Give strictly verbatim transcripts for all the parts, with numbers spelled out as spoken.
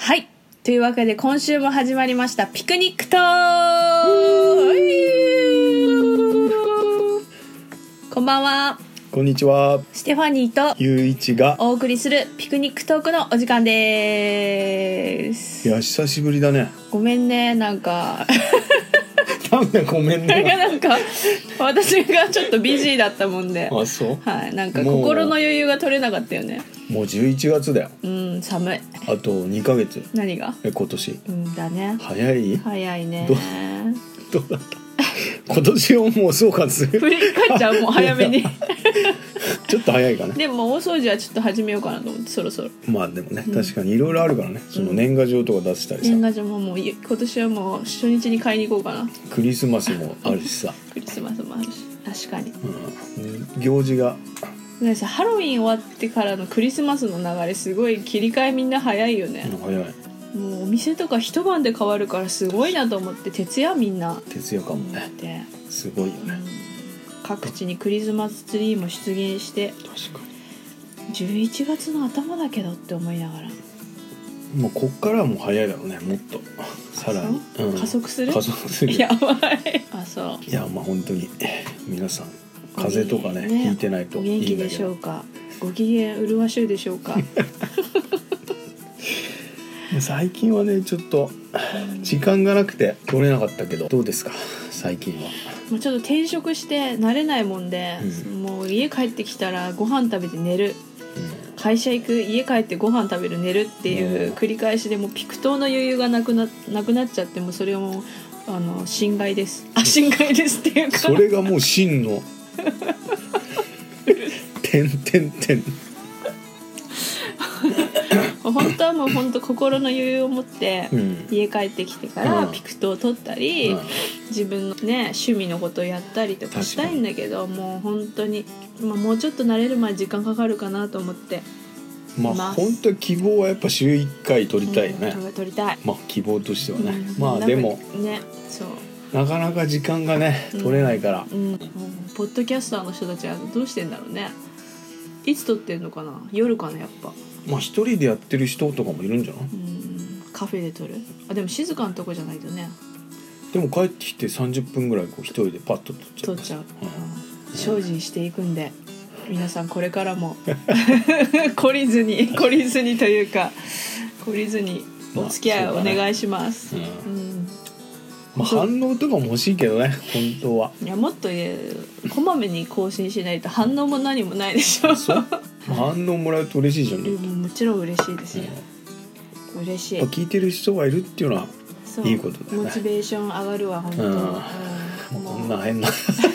はい、というわけで今週も始まりましたピクニックトーク。こんばんは。 こんにちは。 ステファニーとゆういちがお送りするピクニックトークのお時間です。 いや久しぶりだね。 ごめんね、なんかなんでごめんね。 なんか私がちょっとビジーだったもんで、 あ、そう。 はい、なんか心の余裕が取れなかったよね。 もうじゅういちがつだよ。 うん、寒い。 あとにかげつ。 何が？ え今年。 うんだね。 早い？ 早いね。 どどうだった？今年をもう総括する。 振り返っちゃうもう早めに。 ちょっと早いかな。 でも大掃除はちょっと始めようかなと思って、そろそろ。 まあでもね、 うん、 確かにいろいろあるからね。その年賀状とか出したりさ。 年賀状ももう今年はもう初日に買いに行こうかな。 クリスマスもあるしさ。 クリスマスもあるし、確かに。 うん、行事が。 ね、さハロウィン終わってからのクリスマスの流れすごい切り替えみんな早いよね。 うん、早い。 もうお店とか一晩で変わるからすごいなと思って、徹夜みんな徹夜かもね。すごいよね、 うん、各地にクリスマスツリーも出現して、 確かにじゅういちがつの頭だけどって思いながら、 もうこっからはもう早いだろうね、もっとさらに、うん、 加速する加速する。 やばい。あ、そう。 いやまあ本当に皆さん風邪とかねね、 ひいてないといいんだけど。 お元気でしょうか。ご機嫌うるわしゅうでしょうか。 最近はねちょっと時間がなくて取れなかったけど、どうですか最近は。 もうちょっと転職して慣れないもんで、うん、もう家帰ってきたらご飯食べて寝る、うん、会社行く、家帰ってご飯食べる、寝るっていう繰り返しで、もうピクトーの余裕がなくな、なくなっちゃって、もうそれはもうあの心外です。あ、心外ですっていうか、 それがもう真のてんてんてん。 本当はもう本当心の余裕を持って家帰ってきてからピクトを取ったり、うん、自分のね趣味のことをやったりとかしたいんだけど、もう本当に、まあ、もうちょっと慣れる前に時間かかるかなと思って。 まあ本当希望はやっぱ週いっかい取りたいよね、 うん、取りたい。 まあ希望としてはね、うん、まあでもね、そうなかなか時間がね取れないから、 うんうん、ポッドキャスターの人たちはどうしてんだろうね。いつ撮ってんのかな、夜かなやっぱ。 まあ一人でやってる人とかもいるんじゃない？うん、 カフェで撮る。あ、でも静かなとこじゃないとね。 でも帰ってきてさんじゅっぷんぐらいこう一人でパッと撮っちゃう。 撮っちゃう、うん、精進していくんで、皆さんこれからも懲りずに懲りずにというか懲りずにお付き合いをお願いします、まあうんうん、 まあ、反応とかも欲しいけどね本当は。いやもっとこまめに更新しないと反応も何もないでしょ。 そう、まあ、反応もらうと嬉しいじゃん。 もちろん嬉しいですよ、うん、嬉しい。 聞いてる人がいるっていうのはいいことだよね。 モチベーション上がるわ本当、うんうん、 もうこんな変な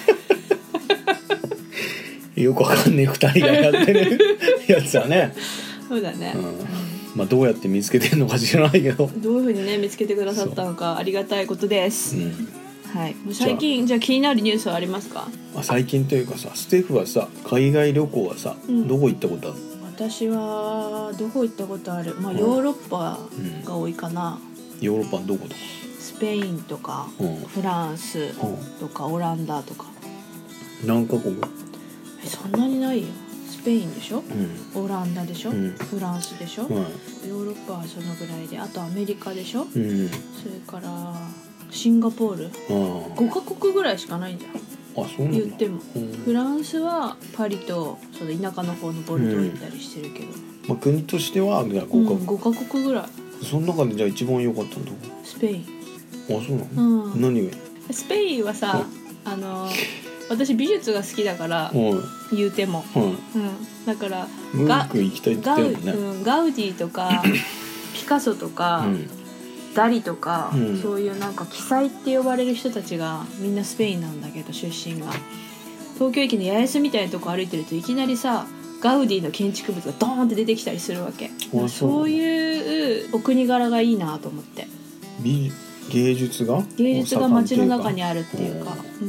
よくわかんねえふたりがやってるやつはね。 そうだね、うん、 まあ、どうやって見つけてるのか知らないけど、 どういうふうにね見つけてくださったのかありがたいことです、うん、はい。最近じゃあ気になるニュースはありますか？ あ、最近というかさ、ステフはさ海外旅行はさ、うん、どこ行ったことある？ 私はどこ行ったことある、まあ、ヨーロッパが多いかな、 うん、ヨーロッパのどことか？ スペインとか、うん、フランスとか、うん、オランダとか。 何カ国？ え、そんなにないよ。スペインでしょ、うん、オランダでしょ、うん、フランスでしょ、うん、ヨーロッパはそのぐらいで、あとアメリカでしょ、うん、それからシンガポール、ごカ国ぐらいしかないんじゃん。あ、そうなんだ。言っても、うん、フランスはパリとその田舎の方のボルドー行ったりしてるけど、うん、 まあ、国としてはごカ国、うん、 ごカ国ぐらい。 その中でじゃあ一番良かったのどこ？ スペイン。 あ、そうなの、うん、何が？ スペインはさ、あの私美術が好きだから言うても、うんうん、だからガ, 行きたいって言ってるもんね、 ガウディとかピカソとか、うん、ダリとか、うん、そういうなんか奇才って呼ばれる人たちがみんなスペインなんだけど、出身が東京駅の八重洲みたいなとこ歩いてるといきなりさガウディの建築物がドーンって出てきたりするわけ。そう、そういうお国柄がいいなと思って。 美芸術が芸術が街の中にあるっていうか、うん、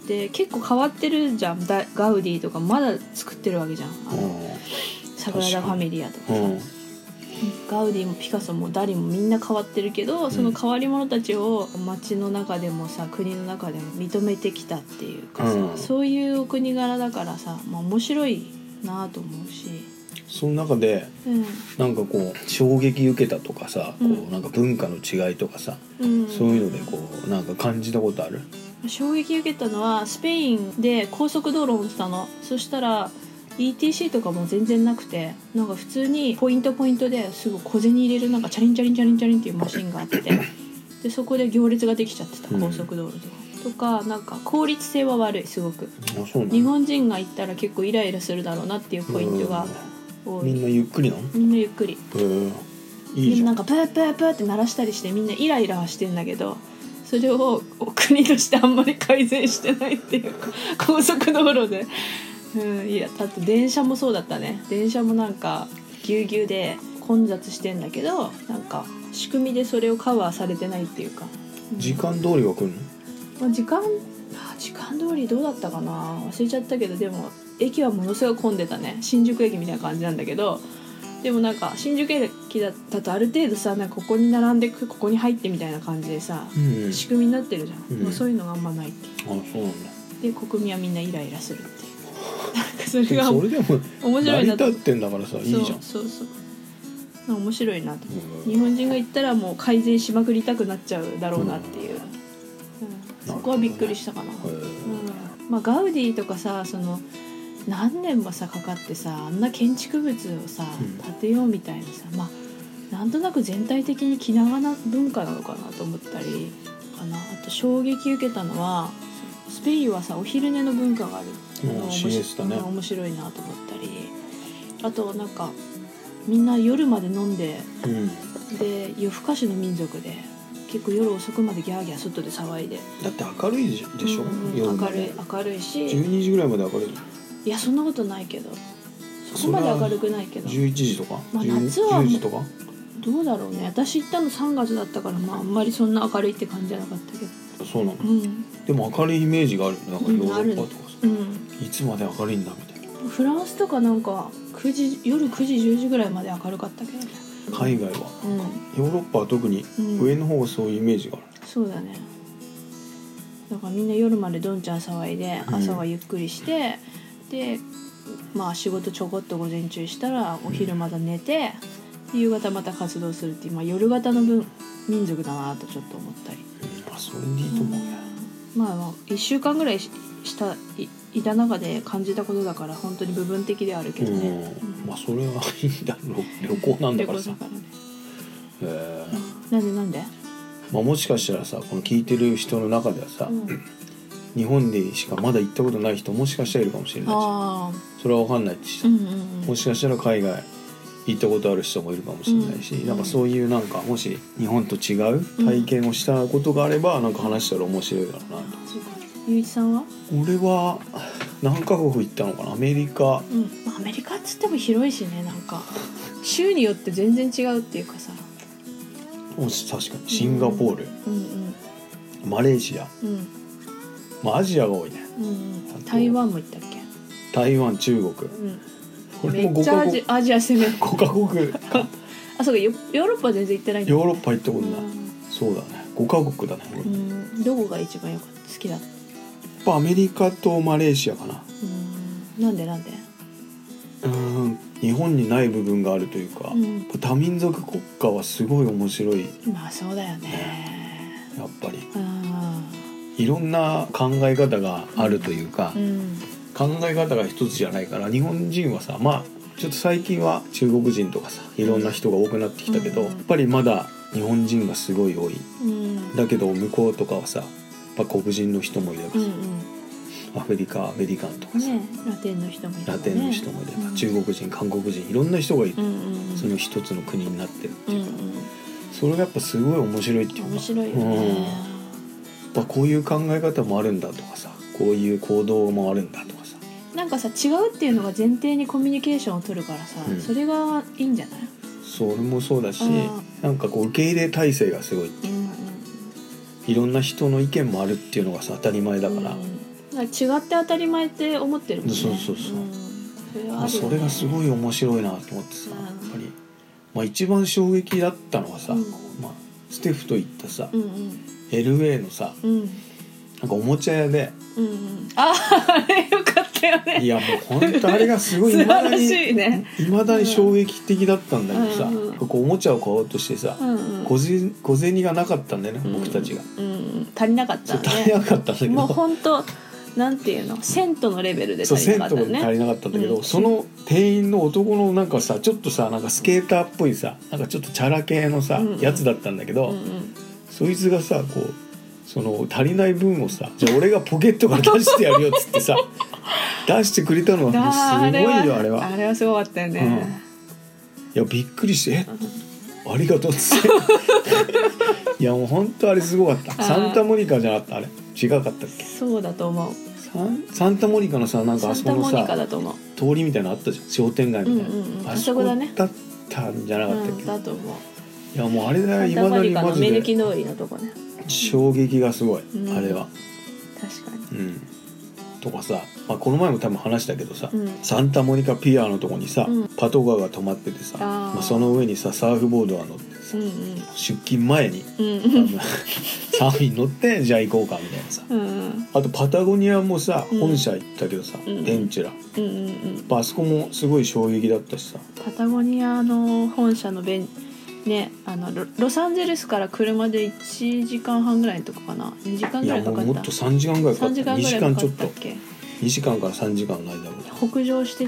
で結構変わってるじゃん。ガウディとかまだ作ってるわけじゃん、あのサグラダ・ファミリアとかさ、うん、ガウディもピカソもダリもみんな変わってるけど、うん、その変わり者たちを街の中でもさ国の中でも認めてきたっていうかさ、うん、そういうお国柄だからさ、まあ、面白いなと思うし。 その中で、うん、なんかこう衝撃受けたとかさ、うん、こうなんか文化の違いとかさ、うん、そういうのでこうなんか感じたことある？ 衝撃受けたのはスペインで高速道路を乗ってたの。そしたら イーティーシー とかも全然なくて、なんか普通にポイントポイントですぐ小銭入れるなんかチャリンチャリンチャリンチャリンっていうマシンがあってでそこで行列ができちゃってた、高速道路で、うん、とかなんか効率性は悪い、すごく。 あ、そうなの？ 日本人が行ったら結構イライラするだろうなっていうポイントが多い。 みんなゆっくりなの？ みんなゆっくり。 へー、いいじゃん。 みんななんかプープープーって鳴らしたりしてみんなイライラはしてんだけど、それを国としてあんまり改善してないっていうか高速道路で、うん、いやだって電車もそうだったね。電車もなんかぎゅうぎゅうで混雑してんだけど、なんか仕組みでそれをカバーされてないっていうか、 うん、時間通りは来るの？ まあ、時間時間通りどうだったかな、忘れちゃったけど、でも駅はものすごい混んでたね。新宿駅みたいな感じなんだけど、でもなんか新宿駅だとある程度さ、なんかここに並んでここに入ってみたいな感じでさ、うん、仕組みになってるじゃん、うん、もうそういうのがあんまないっていう。 あ、そうなんだ。で国民はみんなイライラするっていうなんかそれがそれでも面白いなと。 成り立ってんだからさ、いいじゃん。そうそうそう、面白いなと、うん、日本人が行ったらもう改善しまくりたくなっちゃうだろうなっていう、うんうん、そこはびっくりしたかな、うん、まあ、ガウディとかさ、その何年もさかかってさ、あんな建築物をさ建てようみたいなさ、まあなんとなく全体的に気長な文化なのかなと思ったりかな。あと衝撃受けたのはスペインはさお昼寝の文化があるのが面白い、ね、面白いなと思ったり、あとなんかみんな夜まで飲んで、うん、で夜更かしの民族で結構夜遅くまでギャーギャー外で騒いで。 だって明るいでしょ、うんうん、夜明るい明るいしじゅうにじぐらいまで明るい。 いやそんなことないけど、そこまで明るくないけどじゅういちじとか、 まあ、夏はじゅうじとかどうだろうね。私行ったのさんがつだったから、まあ、あんまりそんな明るいって感じじゃなかったけど。 そうなの、 うん、 でも明るいイメージがある。なんかヨーロッパとかさ、 うん、 いつまで明るいんだみたいな。 フランスとかなんかくじ夜くじじゅうじぐらいまで明るかったけどね。 海外は、うん、ヨーロッパは特に上の方はそういうイメージがある、 うん、そうだね。だからみんな夜までどんちゃん騒いで朝はゆっくりして、うん、でまあ仕事ちょこっと午前中したらお昼まだ寝て、うん、夕方また活動するっていう、まあ、夜型の分民族だなとちょっと思ったり、 うん、まあそれでいいと思うよ、 うん、まあまあいっしゅうかんぐらいしたいいた中で感じたことだから本当に部分的ではあるけどね、 うんうん、まあそれはいいんだろう、旅行なんだからさ。旅行だからね。へえ、 うん、なんでなんで、 まあ、もしかしたらさこの聞いてる人の中ではさ、うん、日本でしかまだ行ったことない人もしかしたらいるかもしれないし、あそれは分かんないし、うんうんうん、もしかしたら海外行ったことある人もいるかもしれないし、うん、なんかそういうなんかもし日本と違う体験をしたことがあれば、うん、なんか話したら面白いだろうなと。 ゆういちさんは？ 俺は何カ国行ったのかな。アメリカ、 うん、アメリカっつっても広いしね、なんか州によって全然違うっていうかさ。 確かにシンガポール、うんうんうん、マレーシア、うん、まあアジアが多いね、うんうん、 台湾も行ったっけ。 台湾、中国、うん、 これもごカ国、めっちゃアジア攻めるごカ国あ、そうか、ヨーロッパは全然行ってないんだ。 ヨーロッパ行ったことない、うん、そうだね、ごカ国だね、 うん、どこが一番よかった好きだった？ やっぱアメリカとマレーシアかな。 うん、なんでなんで？ うーん、日本にない部分があるというか、うん、多民族国家はすごい面白い。 まあそうだよね、 ね、やっぱり、うん、いろんな考え方があるというか、うんうん、考え方が一つじゃないから、日本人はさ、まあちょっと最近は中国人とかさいろんな人が多くなってきたけど、うん、やっぱりまだ日本人がすごい多い、うん、だけど向こうとかはさやっぱ黒人の人もいればさ、うんうん、アフリカアメリカンとかさ、 ね、ラテンの人もいれば、ね、 ラテンの人もいれば、うん、中国人韓国人いろんな人がいる、うんうん、その一つの国になってるっていうか、うんうん、それがやっぱすごい面白いっていうか、 面白いよね、うん、やっぱこういう考え方もあるんだとかさ、こういう行動もあるんだとかさ、 なんかさ違うっていうのが前提にコミュニケーションを取るからさ、うん、それがいいんじゃない？ それもそうだし、なんかこう受け入れ体制がすごいっていう、うんうん、いろんな人の意見もあるっていうのがさ当たり前だから、うん、 だから違って当たり前って思ってるもんね。 そうそうそう、うん、それはあるよね。それがすごい面白いなと思ってさ、うん、やっぱり、まあ、一番衝撃だったのはさ、うん、まあ、ステフと行ったさ、うんうん、エルエー のさ、うん、なんかおもちゃ屋で、 うんうん、ああれよかったったよね。 いやもう本当あれがすごい素晴らしいね。 いまだに衝撃的だったんだけどさ、 うんうん、 こうおもちゃを買おうとしてさ、うんうん、小銭、小銭がなかったんだよね、僕たちが、 うんうん、足りなかったね。 足りなかったんだけど、 もう本当なんていうの、セントのレベルで足りなかったね。そう、セントで足りなかったんだけど、うん、その店員の男のなんかさ、ちょっとさ、なんかスケーターっぽいさ、なんかちょっとチャラ系のさ、うんうん、やつだったんだけど、うんうん、そいつがさ、こうその足りない分をさ、じゃあ俺がポケットから出してやるよっつってさ出してくれたのはもうすごいよ、あれは。 あれはすごかったよね、 うん、いやびっくりして、えありがとうっつっていやもう本当あれすごかった。サンタモニカじゃなかった、あれ違かったっけ。 そうだと思う。 サン、サンタモニカのさ、なんかあそこのさ通りみたいなのあったじゃん、商店街みたいな、うんうんうん、あそこだったんじゃなかったっけ、うん、 だと思う。 いやもうあれだよ、今だにマジで目抜き通りのとこね、 衝撃がすごい、うん、あれは確かに、 うん、とかさ、まあ、この前も多分話したけどさ、うん、サンタモニカピアのとこにさ、うん、パトカーが止まっててさ、あ、まあ、その上にさサーフボードが乗ってさ、うんうん、出勤前に、うん、サーフィン乗ってじゃあ行こうかみたいなさ、うんうん、あとパタゴニアもさ、うん、本社行ったけどさ、うん、ベンチュラ、うんうんうん、あそこもすごい衝撃だったしさ。 パタゴニアの本社のベンね、あの ロ, ロサンゼルスから車でいちじかんはんぐらいのとこかな、にじかんぐらいかかった。いやもうもっとさんじかんぐらいかかった。にじかんちょっと、にじかんからさんじかんの間ぐらい北上してって、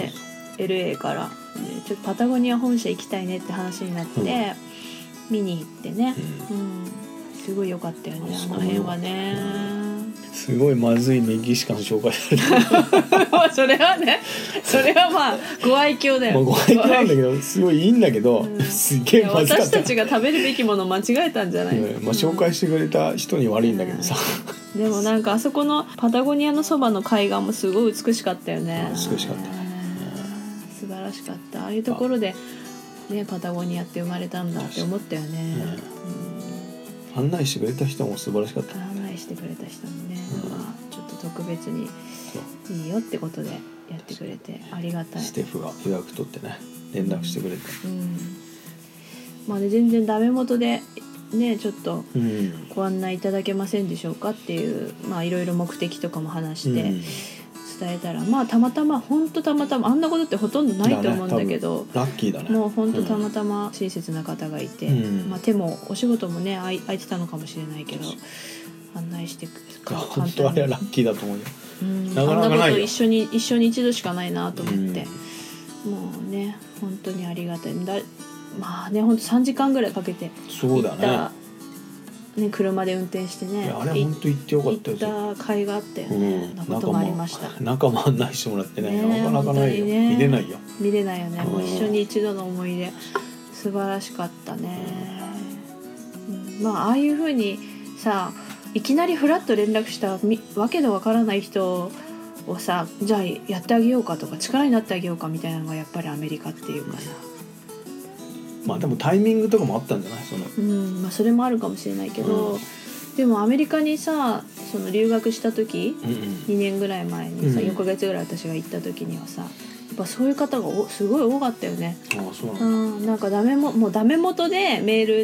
そうそう エルエー から、ね、ちょっとパタゴニア本社行きたいねって話になって、うん、見に行ってね、うんうん、すごい良かったよね、あの辺はね、 うん、すごいまずいメキシカン紹介されたそれはね、それはまあご愛嬌だよ、 まあ、ご愛嬌なんだけどすごいいいんだけど、うん、すげえまずかった。 私たちが食べるべきもの間違えたんじゃない、 うん、まあ、紹介してくれた人に悪いんだけどさ、 うん、でもなんかあそこのパタゴニアのそばの海岸もすごい美しかったよね。 美しかった、うん、 素晴らしかった。ああいうところでね、パタゴニアって生まれたんだって思ったよね、 うん、案内してくれた人も素晴らしかった。 案内してくれた人もね、うん、まあ、ちょっと特別にいいよってことでやってくれてありがたい。 ステフが予約取ってね連絡してくれて、うんうん、 まあね、全然ダメ元でねちょっとご案内いただけませんでしょうかっていう、まあいろいろ目的とかも話して、うん、伝えたら、まあたまたま本当たまたま、あんなことってほとんどないと思うんだけど、 ラッキーだね。 もう本当たまたま親切な方がいて、うん、まあ手もお仕事もね空いてたのかもしれないけど案内してくれる。 本当あれはラッキーだと思うよ、 うん、なかなかないよ。あんなこと一緒に一緒に一度しかないなと思って、うん、もうね本当にありがたい。だまあね本当さんじかんぐらいかけてそうだね。 ね、車で運転してね、いやあれ本当行ってよかったよ。 行った甲斐があったよね、うん、なこともありました。 中も案内してもらってね、ね、なかなかないよ、ね、見れないよ見れないよね、うん、もう一緒に一度の思い出素晴らしかったね、うん、まあああいう風にさいきなりフラッと連絡したわけのわからない人をさ、じゃあやってあげようかとか力になってあげようかみたいなのがやっぱりアメリカっていうかさ、 まあでもタイミングとかもあったんじゃない？その、 うん、まあそれもあるかもしれないけど、うん、でもアメリカにさその留学した時、うんうん、にねんぐらい前にさ、うん、よんかげつぐらい私が行った時にはさやっぱそういう方がおすごい多かったよね。 ああそうなんだ。 うん、なんかダメももうダメ元でメール打って、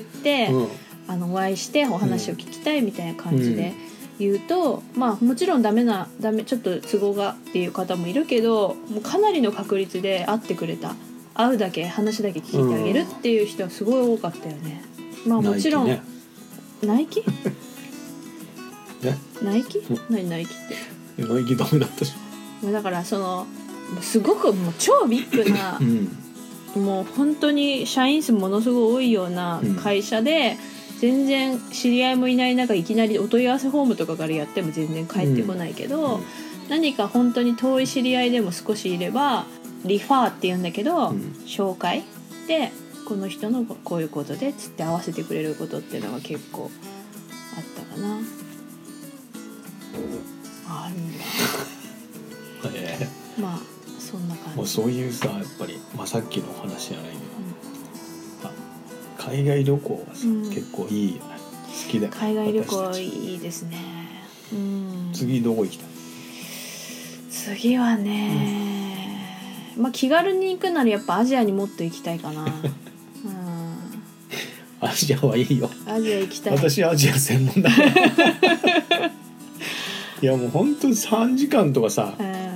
うん、あのお会いしてお話を聞きたいみたいな感じで言うと、うん、まあもちろんダメなダメちょっと都合がっていう方もいるけどもうかなりの確率で会ってくれた。会うだけ話だけ聞いてあげるっていう人はすごい多かったよね。まあもちろんナイキ、ね、ナイキ何ナイキってナイキダメだったし、 だからそのすごくもう超ビッグな、うん、もう本当に社員数ものすごい多いような会社で、うん、全然知り合いもいない中いきなりお問い合わせフォームとかからやっても全然返ってこないけど、うんうん、何か本当に遠い知り合いでも少しいればリファーって言うんだけど、うん、紹介でこの人のこういうことでつって合わせてくれることっていうのが結構あったかな。あるんだえー、 まあそんな感じ。 もうそういうさやっぱり、まあ、さっきの話じゃないけど、うん、海外旅行はさ、うん、結構いいよね。好きだよね。 海外旅行いいですね、うん、 次どこ行きたい？ 次はね、うん、まあ、気軽に行くならやっぱアジアにもっと行きたいかな、うん、 アジアはいいよ。 アジア行きたい。 私アジア専門だからいやもうほんとさんじかんとかさ、うん、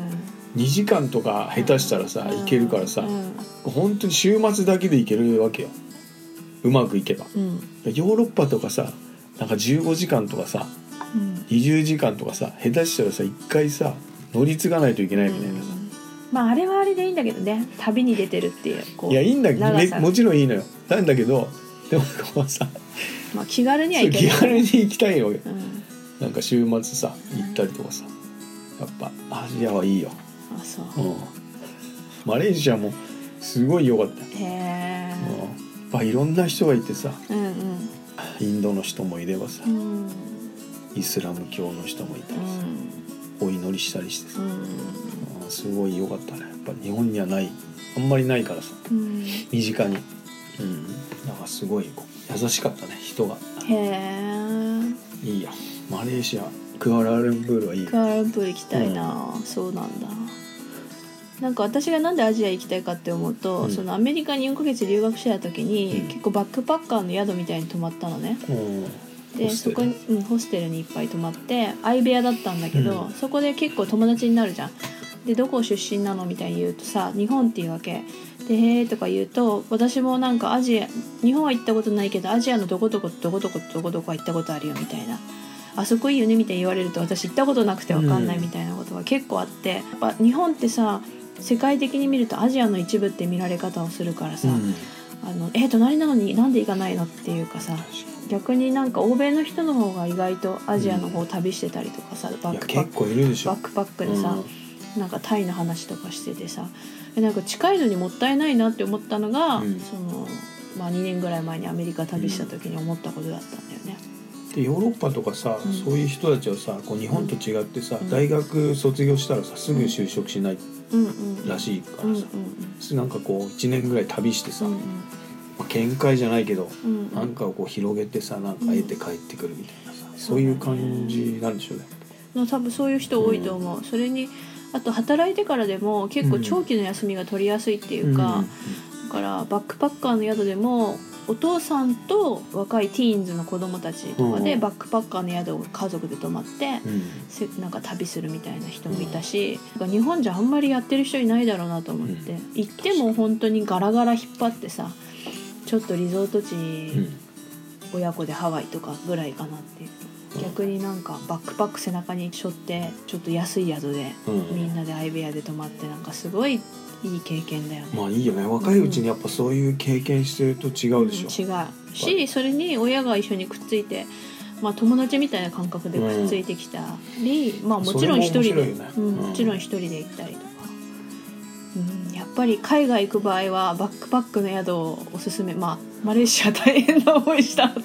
にじかんとか下手したらさ、 うん、 行けるからさ、 うん、 本当に週末だけで行けるわけよ、うまくいけば、 うん、 ヨーロッパとかさなんかじゅうごじかんとかさ、うん、にじゅうじかんとかさ下手したらさ一回さ乗り継がないといけないみたいなさ、うん、 まああれはあれでいいんだけどね、旅に出てるっていうこういやいいんだけど、ね、もちろんいいのよ、なんだけどでもこうさ、 まあ、気軽には行けない、 気軽に行きたいわけ、 うん、 なんか週末さ行ったりとかさ、やっぱアジアはいいよ。 あ、そう、 うん、マレーシアもすごい良かった。 へえ、 うん、いろんな人がいてさ、 うんうん、 インドの人もいればさ、 うん、 イスラム教の人もいたりさ、うん、お祈りしたりしてさ、うんうん、すごい良かったね。やっぱ日本にはないあんまりないからさ、うん、身近に、うん、だからすごい優しかったね人が。 へえ、 いいよマレーシア、クアラルンプールはいいよ。 クアラルンプール行きたいな、うん、そうなんだ。なんか私がなんでアジア行きたいかって思うと、うん、そのアメリカによんかげつ留学してた時に、うん、結構バックパッカーの宿みたいに泊まったのね、うん、でそこに、うん、ホステルにいっぱい泊まって相部屋だったんだけど、うん、そこで結構友達になるじゃん。でどこ出身なのみたいに言うとさ、日本っていうわけで、へーとか言うと、私もなんかアジア、日本は行ったことないけどアジアのどこどこどこどこどこどこは行ったことあるよみたいな、あそこいいよねみたいに言われると私行ったことなくて分かんないみたいなことが結構あって、やっぱ日本ってさ世界的に見るとアジアの一部って見られ方をするからさ、うん、あのえ隣なのになんで行かないのっていうかさ、逆になんか欧米の人の方が意外とアジアの方を旅してたりとかさ、うん、バックパック、 結構いるでしょ、 バックパックでさ、うん、なんかタイの話とかしててさ、なんか近いのにもったいないなって思ったのが、うん、そのまあ、にねんぐらい前にアメリカ旅した時に思ったことだったんだよね。 でヨーロッパとかさ、うん、そういう人たちはさこう日本と違ってさ、うん、大学卒業したらさすぐ就職しないらしいからさ、うんうんうん、なんかこういちねんぐらい旅してさ、うんうん、まあ、見解じゃないけど、うんうん、なんかをこう広げてさなんか得て帰ってくるみたいなさ、うん、そういう感じなんでしょうね。 の多分そういう人多いと思う、うん、それにあと働いてからでも結構長期の休みが取りやすいっていうか、うんうんうん、だからバックパッカーの宿でもお父さんと若いティーンズの子供たちとかでバックパッカーの宿を家族で泊まって、うん、なんか旅するみたいな人もいたし、うん、日本じゃあんまりやってる人いないだろうなと思って、うん、行っても本当にガラガラ引っ張ってさちょっとリゾート地、うん、親子でハワイとかぐらいかなっていう。逆になんかバックパック背中に背負ってちょっと安い宿で、うん、みんなで相部屋で泊まってなんかすごいいい経験だよね。 まあいいよね、若いうちにやっぱそういう経験してると違うでしょ、 うん、違うし、それに親が一緒にくっついて、まあ、友達みたいな感覚でくっついてきたり、うん、まあもちろん一人で、ね、うん、もちろん一人で行ったりとか、うん、やっぱり海外行く場合はバックパックの宿をおすすめ。まあマレーシア大変な思いしたって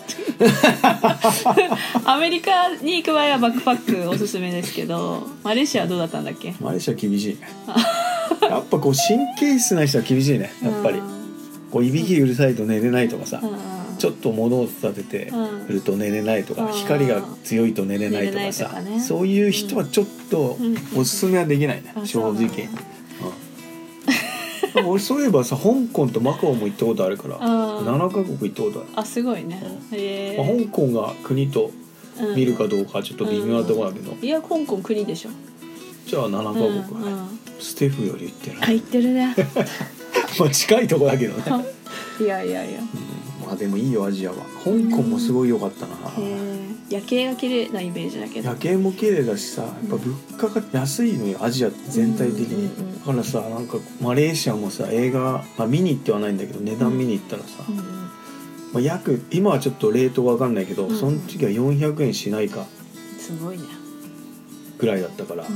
アメリカに行く場合はバックパックおすすめですけど、マレーシアはどうだったんだっけ。 マレーシア厳しいねやっぱこう神経質な人は厳しいね、やっぱりこういびきうるさいと寝れないとかさ、ちょっと物を立ててると寝れないとか、光が強いと寝れないとかさ、とかね、そういう人はちょっとおすすめはできないね、うん、正直、うん、俺そういえばさ香港とマカオも行ったことあるからななかこく行ったことある。 あ、すごいね、うん、へまあ、香港が国と見るかどうかはちょっと微妙なところだけど、うんうん、 いや香港国でしょ。 じゃあななかこく、うんうん、ステフより行ってるね。 あ、行ってるねまあ近いとこだけどねいやいやいや、 うん、まあでもいいよアジアは。香港もすごい良かったな、 うん、へ夜景が綺麗なイメージだけど。 夜景も綺麗だしさ、やっぱ物価が安いのよアジア全体的に、うんうんうん、だからさなんかマレーシアもさ映画、まあ、見に行ってはないんだけど値段見に行ったらさ、うんうん、まあ、約今はちょっとレートが分かんないけど、うん、その時はよんひゃくえんしないかすごいねぐらいだったから、うん、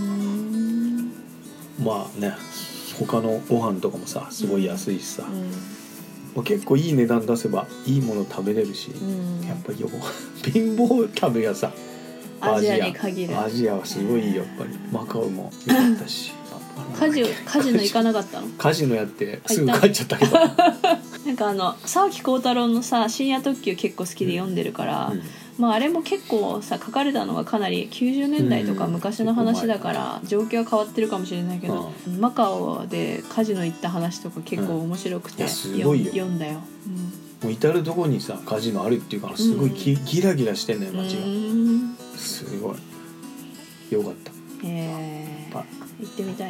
まあね他のご飯とかもさすごい安いしさ、うんうん、まあ、結構いい値段出せばいいもの食べれるし、うん、やっぱりよ貧乏旅がさアジアに限るアジアはすごいやっぱりマカオも良かったしカジカジノ行かなかったの？ カジノやってすぐ帰っちゃったけどなんかあの沢木耕太郎のさ深夜特急結構好きで読んでるから、うん、まあ、あれも結構さ書かれたのがかなりきゅうじゅうねんだいとか昔の話だから状況は変わってるかもしれないけど、うん、マカオでカジノ行った話とか結構面白くて、うん、 すごいよ読んだよ、うん、 もう至る所にさカジノあるっていうからすごいギ、うん、ギラギラしてんね街が、うん、すごいよかった。 へえ、行ってみたいね。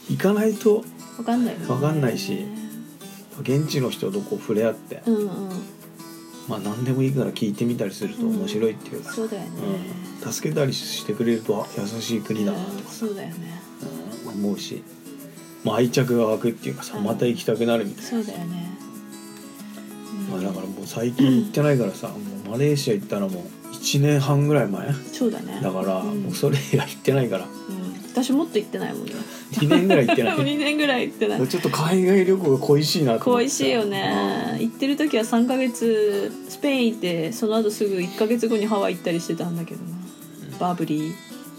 行かないと分かんないよね。 分かんないし、現地の人とこう触れ合って、 うんうん、 まあ何でもいいから聞いてみたりすると面白いっていうか、 うん、そうだよね、 うん、助けたりしてくれると優しい国だなとか、 うん、そうだよね、 うん、思うし、まあ、愛着が湧くっていうかさ、うん、また行きたくなるみたいな。 そうだよね、 うん、まあ、だからもう最近行ってないからさ、もうマレーシア行ったらもういちねんはんぐらい前。 そうだね。 だから、もうそれ以来行ってないから、うん、 私もっと行ってないもんね。 にねんぐらい行ってないにねんぐらい行ってない。 ちょっと海外旅行が恋しいなと思って。 恋しいよね、うん、行ってる時はさんかげつスペイン行って、その後すぐいっかげつごにハワイ行ったりしてたんだけどな、うん、バブリー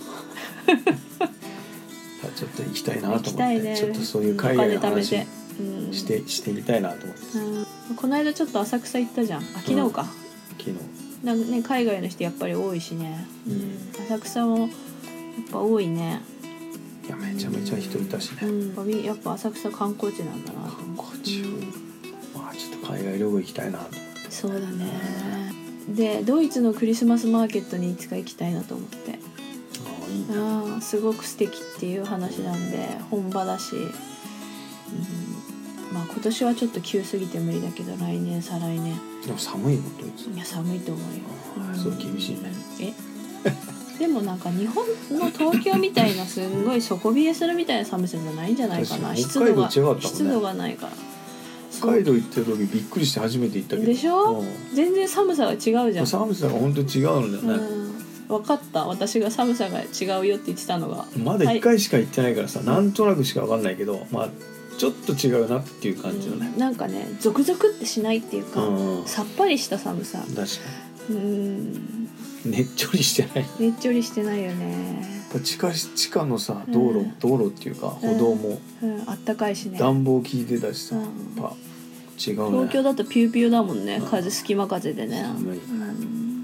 ちょっと行きたいなと思って、ね、ちょっとそういう海外の話して、うん、してみたいなと思って、 うん、この間ちょっと浅草行ったじゃん。あ、昨日か、うん、 昨日なんかね、海外の人やっぱり多いしね、うん、浅草もやっぱ多いね。 いや、めちゃめちゃ人いたしね、 うん、やっぱ浅草観光地なんだなと思って。 観光地、うん、まあちょっと海外旅行行きたいなと思って。 そうだね。で、ドイツのクリスマスマーケットにいつか行きたいなと思って。 ああ、いいね。 あ、すごく素敵っていう話なんで、本場だし、うん、まあ今年はちょっと急すぎて無理だけど、来年再来年。 でも寒いのドイツ。 いや、寒いと思うよ。 あ、そう厳しいね。 えでもなんか日本の東京みたいなすんごい底冷えするみたいな寒さじゃないんじゃないかな。湿度が、ね、湿度がないから。 北海道行ってる時びっくりして初めて行ったけど。 でしょ、うん、全然寒さが違うじゃん。 寒さが本当に違うんだよね、 うん、分かった。私が寒さが違うよって言ってたのがまだいっかいしか行ってないからさ、はい、なんとなくしか分かんないけど、まあちょっと違うなっていう感じだね、 うん、なんかね、ゾクゾクってしないっていうか、うん、さっぱりした寒さ。 確かに。うん、ねっちょりしてない。 ねっちょりしてないよね。 地下地下のさ道路、うん、道路っていうか歩道も、 うんうん、あったかいしね。 暖房効いてたしさ、うん、やっぱ違うね。 東京だとピューピューだもんね、風、隙間風でね、 寒い、 うん、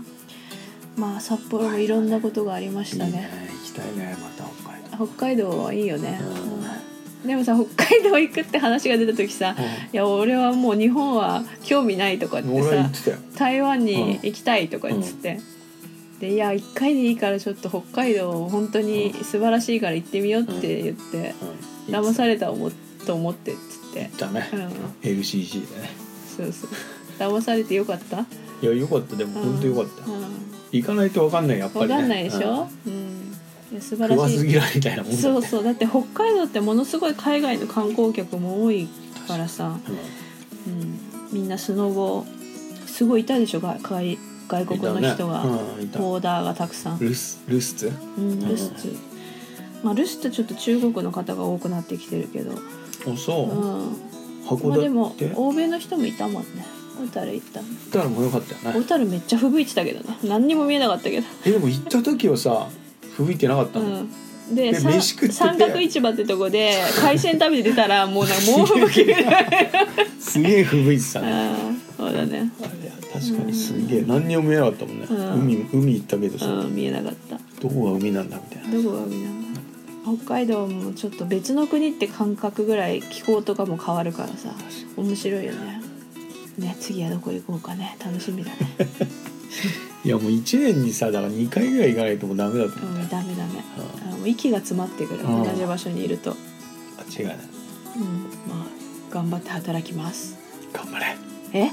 まあ札幌もいろんなことがありましたね。いいね、 行きたいね、また北海道。北海道はいいよね、うん、でもさ、北海道行くって話が出た時さ、うん、いや俺はもう日本は興味ないとかってさ、台湾に行きたいとか言ってて、うん、でいや一回でいいからちょっと北海道本当に素晴らしいから行ってみようって言って、うんうん、騙された思と思ってっつってだね、うん、エルシージー でね。 そうそう、騙されてよかった。いや、よかった。でも本当よかった、うん、行かないと分かんない、やっぱりね。 分かんないでしょ、うん、うん、いや素晴らしい。 食わず嫌いみたいなもんだって。 そうそう、だって北海道ってものすごい海外の観光客も多いからさ、うんうん、みんなスノボすごいいたでしょ、外, 外国の人が、ね、うん、ボーダーがたくさん。 ルスルスツ、 うん、ルスツ、うん、まあルスツちょっと中国の方が多くなってきてるけど。 あ、そう、うん、函館、 まあ、でも欧米の人もいたもんね。小樽行ったの。 小樽も良かったよね。 小樽めっちゃ吹雪いてたけどね、何にも見えなかったけど。 え、でも行った時はさ吹雪いてなかったの、うん、で, で飯食ってて三角市場ってとこで海鮮食べて出たらもうなんか猛吹雪みたいなすげえ吹雪いてたね。 そうだね、 あれ確かにすげえ、うん、何にも見えなかったもんね、うん、海, 海行ったけどさ、 うん、見えなかった。 どこが海なんだみたいな。 どこが海なんだ。北海道もちょっと別の国って感覚ぐらい気候とかも変わるからさ、面白いよね。ね、次はどこ行こうかね、楽しみだねいやもういちねんにさ、だからにかいぐらい行かないともうダメだと思う、 うん、ダメダメ、ああもう息が詰まってくる、同じ場所にいると。 あ、違うね、 うん、まあ頑張って働きます。 頑張れ。 え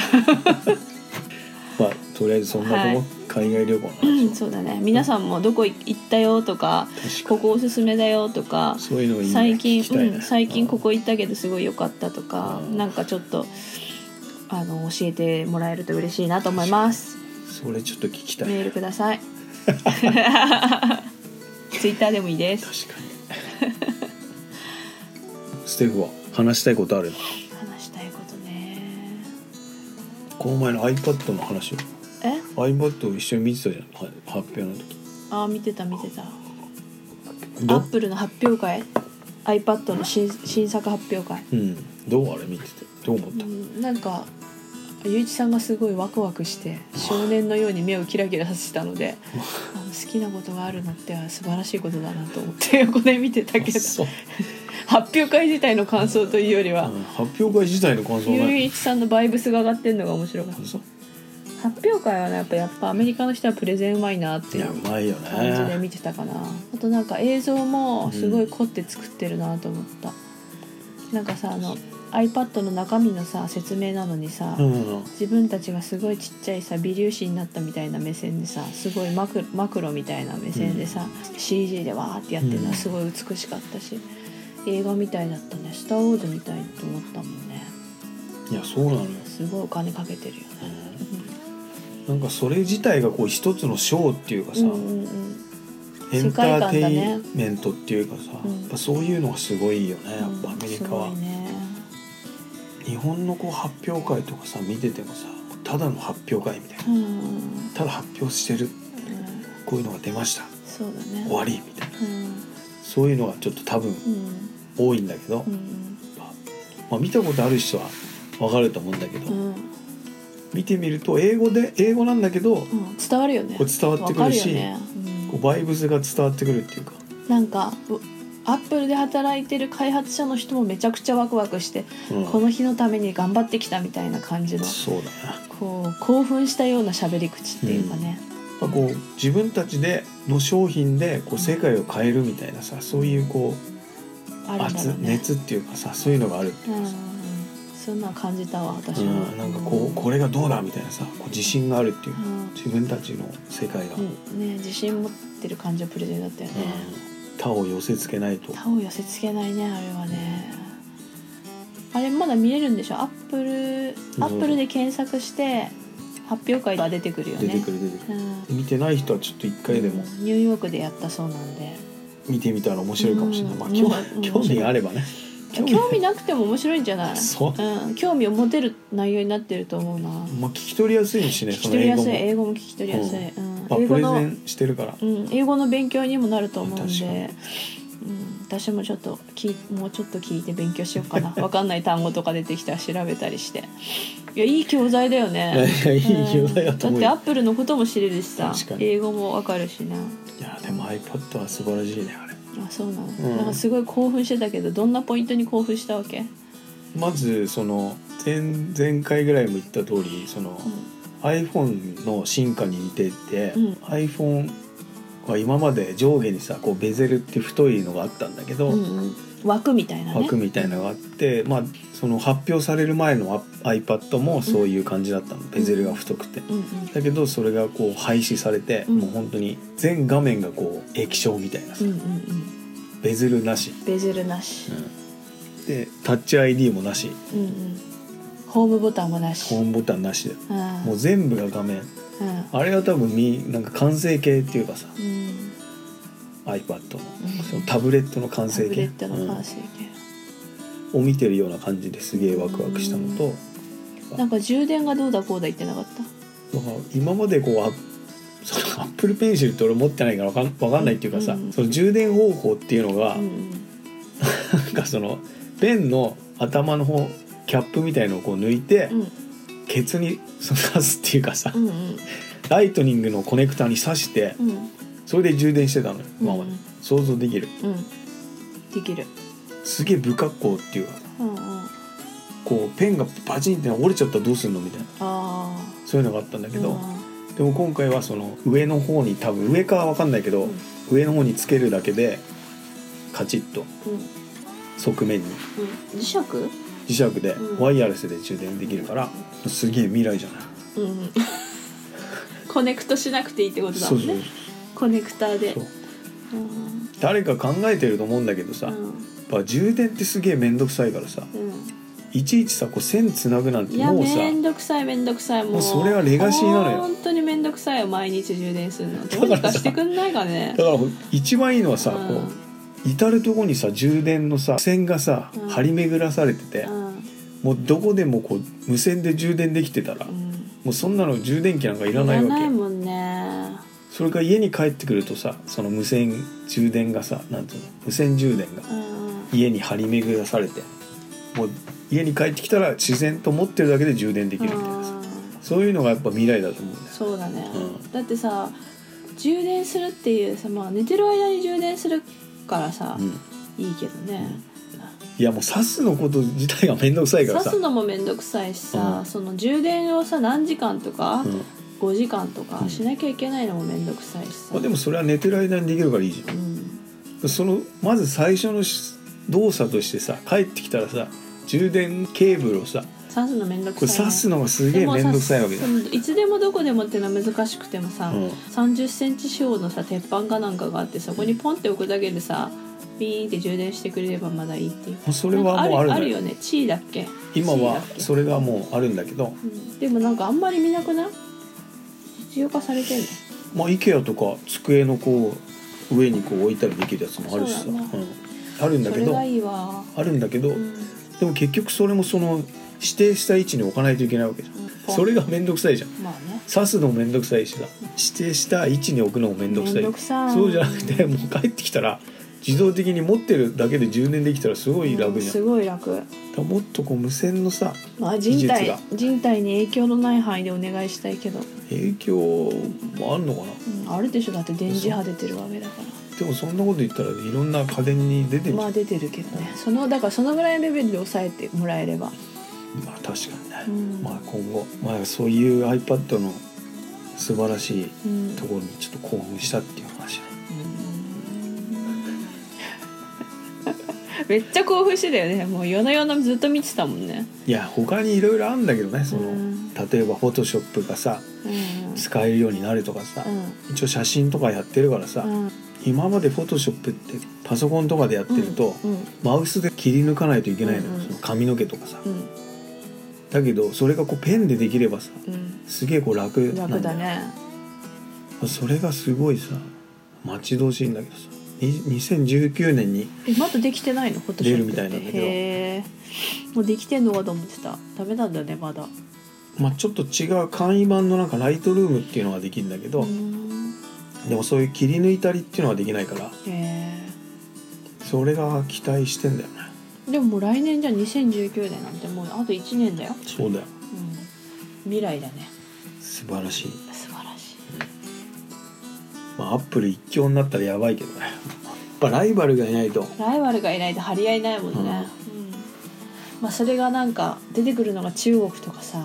まあとりあえずそんなとこ、はい、海外旅行の話、 うん、そうだね。皆さんもどこ行ったよとか、ここおすすめだよとか、 そういうのいいね、 最近、 ね、 うん、最近ここ行ったけどすごい良かったとか、うん、なんかちょっとあの教えてもらえると嬉しいなと思います。 それちょっと聞きたい。 メールくださいツイッターでもいいです。 確かにステフは話したいことあるの？ 話したいことね、 この前の iPad の話を。 え iPad を一緒に見てたじゃん、発表の時。 ああ、見てた見てた。アップルの発表会、 iPad の 新, 新作発表会、 うん、どうあれ見ててどう思った？うん、 なんかゆういちさんがすごいワクワクして少年のように目をキラキラさせたのであの好きなことがあるのって素晴らしいことだなと思って横で見てたけど発表会自体の感想というよりは、 うん、発表会自体の感想ゆういちさんのバイブスが上がってるのが面白かった。 発表会はねやっぱやっぱアメリカの人はプレゼンうまいなっていういやうまいよね感じで見てたかな。あとなんか映像もすごい凝って作ってるなと思った、うん、なんかさあの iPad の中身のさ説明なのにさ、うん、自分たちがすごいちっちゃいさ微粒子になったみたいな目線でさすごいマク、マクロみたいな目線でさ、うん、シージー でわーってやってるのはすごい美しかったし、うん、映画みたいだったね。スター・ウォーズみたいと思ったもんね。 いやそうなのよ。 すごいお金かけてるよね、 うん、なんかそれ自体がこう一つのショーっていうかさ、うんうんうん、エンターテインメントっていうかさ、ね、やっぱそういうのがすごいよね、やっぱアメリカは、うんね、日本のこう発表会とかさ見ててもさただの発表会みたいな、うん、ただ発表してる、うん、こういうのが出ました、 そうだね、 終わりみたいな、うん、そういうのがちょっと多分多いんだけど、うんうんまあ、見たことある人は分かると思うんだけど、うん、見てみると英語で英語なんだけど、うん、 伝わるよね。 こう伝わってくるし、ねうん、こうバイブスが伝わってくるっていうか、 なんかアップルで働いてる開発者の人もめちゃくちゃワクワクして、うん、この日のために頑張ってきたみたいな感じの、 そうだね、 こう興奮したような喋り口っていうかね、 うん、こう自分たちでの商品でこう世界を変えるみたいなさ、そういうこう、うん、熱、ね、熱っていうかさ、そういうのがあるっていうかさ、うんそんな感じたわ私も、 うん、なんかこうこれがどうだみたいなさ、こう自信があるっていう、うん、自分たちの世界が、 うんね、自信持ってる感じのプレゼンだったよね、 うん、他を寄せ付けないと。 他を寄せ付けないねあれはね、うん、あれまだ見れるんでしょ。アップルアップルで検索して発表会が出てくるよね。 出てくる出てくる、うん、見てない人はちょっと一回でも、 うん、ニューヨークでやったそうなんで見てみたら面白いかもしれない、うんまあ、興, 興味があればね。 興味なくても面白いんじゃない。そう、うん、興味を持てる内容になってると思うな。まあ聞き取りやすいしね。 聞き取りやすい、英語も聞き取りやすい、うんうん、英語のプレゼンしてるから、 うん、英語の勉強にもなると思うんで、うん、私もちょっときもうちょっと聞いて勉強しようかな。分かんない単語とか出てきたら調べたりして。いやいい教材だよね。 いやいい教材だと思う、 うん、だってアップルのことも知れるしさ、英語も分かるしな。いやでも iPad は素晴らしいねあれ。 あ、そうなの、うん、なんかすごい興奮してたけど、どんなポイントに興奮したわけ？ まずその 前, 前回ぐらいも言った通り、その、うん、iPhone の進化に似ていて、うん、iPhone は今まで上下にさこうベゼルって太いのがあったんだけど、うんうん、 枠みたいなね、 枠みたいなのがあって、まあ、その発表される前の iPad もそういう感じだったの、うん、ベゼルが太くて、うんうん、だけどそれがこう廃止されて、うん、もう本当に全画面がこう液晶みたいなさ、うんうんうん、ベゼルなしベゼルなし、 うん、でタッチ アイディー もなし、うんうん、 ホームボタンもなし、 ホームボタンなしで、うん、もう全部が画面、うん、あれは多分みなんか完成形っていうかさ、うん、iPad の、うん、そのタブレットの完成形、 タブレットの完成形、 うん、を見てるような感じですげえワクワクしたのと、 うん、なんか充電がどうだこうだ言ってなかった？ 今までこうアップルペンシルって俺持ってないから分かん、分かんないっていうかさ、うん、その充電方法っていうのが、うん、なんかそのペンの頭の方キャップみたいのをこう抜いて、うん、ケツに挿すっていうかさ、うんうん、ライトニングのコネクタに挿して、うん、それで充電してたのよ、今まで、うんうん、想像できる、うん、 できる。 すげえ不格好っていうか、うんうん、こうペンがパチンって折れちゃったらどうするのみたいな、あそういうのがあったんだけど、うん、でも今回はその上の方に多分上かは分かんないけど、うん、上の方につけるだけでカチッと、うん、側面に、 うん、磁石磁石でワイヤレスで充電できるから、うん、すげえ未来じゃない、うん、 コネクトしなくていいってことだもんね。そうそうそう、コネクターで、うん、 誰か考えてると思うんだけどさ、うん、やっぱ充電ってすげえめんどくさいからさ、うん、いちいちさこう線つなぐなんてもうさ、 いやめんどくさいめんどくさい、もう、 もうそれはレガシーなのよ。 本当にめんどくさいよ、毎日充電するの。どうにかしてくんないかね。 だから一番いいのはさ、うん、こう至る所にさ充電のさ線がさ、うん、張り巡らされてて、うん、もうどこでもこう無線で充電できてたら、うん、もうそんなの充電器なんかいらないわけ。いらないもんね。それから家に帰ってくるとさ、その無線充電がさ、なんていうの、無線充電が家に張り巡らされて、もう家に帰ってきたら自然と持ってるだけで充電できるみたいなさ、そういうのがやっぱ未来だと思うんだよ。 そうだね、うん、だってさ充電するっていうさ、まあ、寝てる間に充電するからさ、うん、いいけどね、 いやもう刺すのこと自体がめんどくさいからさ。 刺すのもめんどくさいしさ、 うん、 その充電をさ何時間とか、うん、ごじかんとかしなきゃいけないのもめんどくさいしさ、 まあ、でもそれは寝てる間にできるからいいじゃん、うん、そのまず最初の動作としてさ、帰ってきたらさ充電ケーブルをさ刺すのめんどくさい、ね、 これ刺すのがすげえめんどくさいわけだ。 いつでもどこでもっていうのは難しくてもさ、うん、さんじゅっセンチ四方のさ鉄板かなんかがあってそこにポンって置くだけでさビーンって充電してくれればまだいいっていう。 それはもうあるんだよ。 あるよね。チーだっけ。 今はそれがもうあるんだけど、 うん、でもなんかあんまり見なくない？実用化されてるの。 まあ IKEA とか机のこう上にこう置いたりできるやつもあるしさ、うん、あるんだけど、 それがいいわ。 あるんだけど、うん、でも結局それもその指定した位置に置かないといけないわけじゃん、うん、それがめんどくさいじゃん、まあね、刺すのもめんどくさいしさ、指定した位置に置くのもめんどくさい。そうじゃなくてもう帰ってきたら自動的に持ってるだけで充電できたらすごい楽じゃん、うん、 すごい楽だ。もっとこう無線のさ、 まあ、人体人体に影響のない範囲でお願いしたいけど。 影響もあるのかな、 うん、あるでしょ。だって電磁波出てるわけだから。 でもそんなこと言ったらいろんな家電に出てる。 まあ出てるけどね、そのだからそのぐらいのレベルで抑えてもらえれば、 まあ確かにね、うん、まあ今後、まあ、そういう iPad の素晴らしいところにちょっと興奮したっていう話、 めっちゃ興奮してたよね。もう夜な夜なずっと見てたもんね。 いや他にいろいろあるんだけどね、その、うん、例えばフォトショップがさ、うん、使えるようになるとかさ、うん、一応写真とかやってるからさ、うん、今までフォトショップってパソコンとかでやってると、うんうん、マウスで切り抜かないといけないのよ、うんうん、その髪の毛とかさ、うん、だけどそれがこうペンでできればさ、うん、すげえこう楽なんだよ。 楽だね。 それがすごいさ待ち遠しいんだけどさ、にせんじゅうきゅうねんにえまだできてないの？フォトショップって出るみたいなんだけど、 へー、もうできてんのかと思ってた。ダメなんだねまだ。 まあちょっと違う簡易版のなんかライトルームっていうのができるんだけど、でもそういう切り抜いたりっていうのはできないから、へー、それが期待してんだよね。 でももう来年じゃにせんじゅうきゅうねんなんてもうあといちねんだよ。 そうだよ、 うん、未来だね。 素晴らしい素晴らしい、 うん、まあアップル一強になったらやばいけどね。やっぱライバルがいないとライバルがいないと張り合いないもんね、うんうん、まあそれがなんか出てくるのが中国とかさ、うん、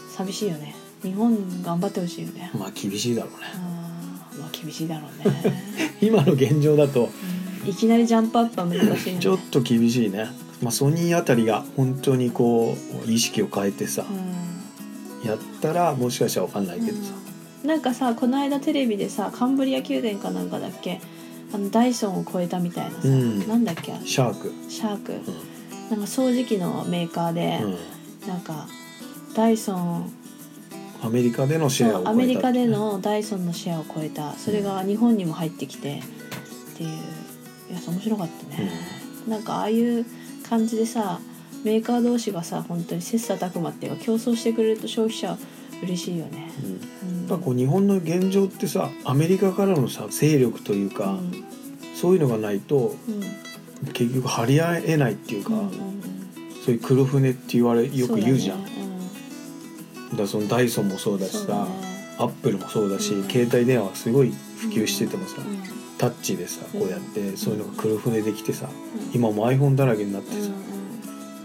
寂しいよね。日本頑張ってほしいよね。 まあ厳しいだろうね。 うん、まあ厳しいだろうね今の現状だと、 うん、いきなりジャンプアップは難しいよね。 ちょっと厳しいね。まあソニーあたりが本当にこう意識を変えてさ、うん、やったらもしかしたら分かんないけどさ、 うん、なんかさこの間テレビでさカンブリア宮殿かなんかだっけ、あのダイソンを超えたみたいなさ、うん、なんだっけシャークシャーク、うん、なんか掃除機のメーカーで、うん、なんかダイソンアメリカでのシェアを超えた、 アメリカでのダイソンのシェアを超えた。それが日本にも入ってきてっていうやつ面白かったね、うん、なんかああいう感じでさメーカー同士がさ本当に切磋琢磨っていうか競争してくれると消費者は嬉しいよね、 うんうん、やっぱこう日本の現状ってさアメリカからのさ勢力というか、うん、そういうのがないと、うん、結局張り合えないっていうか、うんうんうん、そういう黒船って言われよく言うじゃん。だからそのダイソンもそうだしさ、ね、アップルもそうだし、うん、携帯電話がすごい普及しててもさ、うん、タッチでさこうやってそういうのが黒船できてさ、うん、今も iPhone だらけになってさ、うん、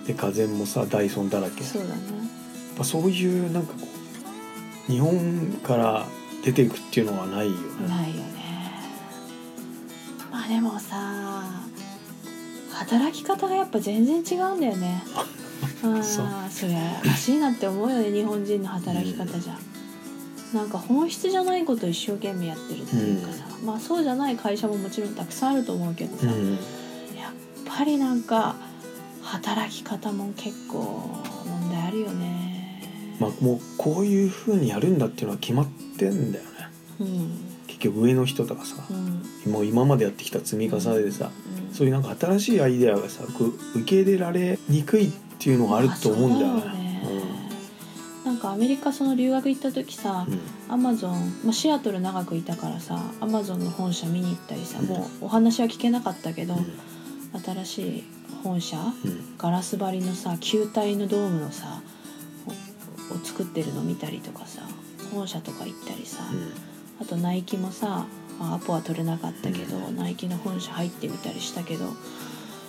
で家電もさダイソンだらけ。 そうだね。やっぱそういうなんかこう日本から出ていくっていうのはないよね。 ないよね。まあでもさ働き方がやっぱ全然違うんだよねあそ, そりゃらしいなって思うよね日本人の働き方じゃ、うん、なんか本質じゃないことを一生懸命やってるっていうかさ、うん、まあそうじゃない会社ももちろんたくさんあると思うけどさ、うん、やっぱりなんか働き方も結構問題あるよね。 まあもうこういう風にやるんだっていうのは決まってんだよね、うん、結局上の人とかさ、うん、もう今までやってきた積み重ねでさ、うん、そういうなんか新しいアイデアがさ受け入れられにくいっていうのがあると思うんだよね。 なんかアメリカその留学行った時さ、アマゾン、まあ、シアトル長くいたからさアマゾンの本社見に行ったりさ、うん、もうお話は聞けなかったけど、うん、新しい本社、うん、ガラス張りのさ球体のドームのさを作ってるの見たりとかさ本社とか行ったりさ、うん、あとナイキもさ、まあ、アポは取れなかったけど、うん、ナイキの本社入ってみたりしたけど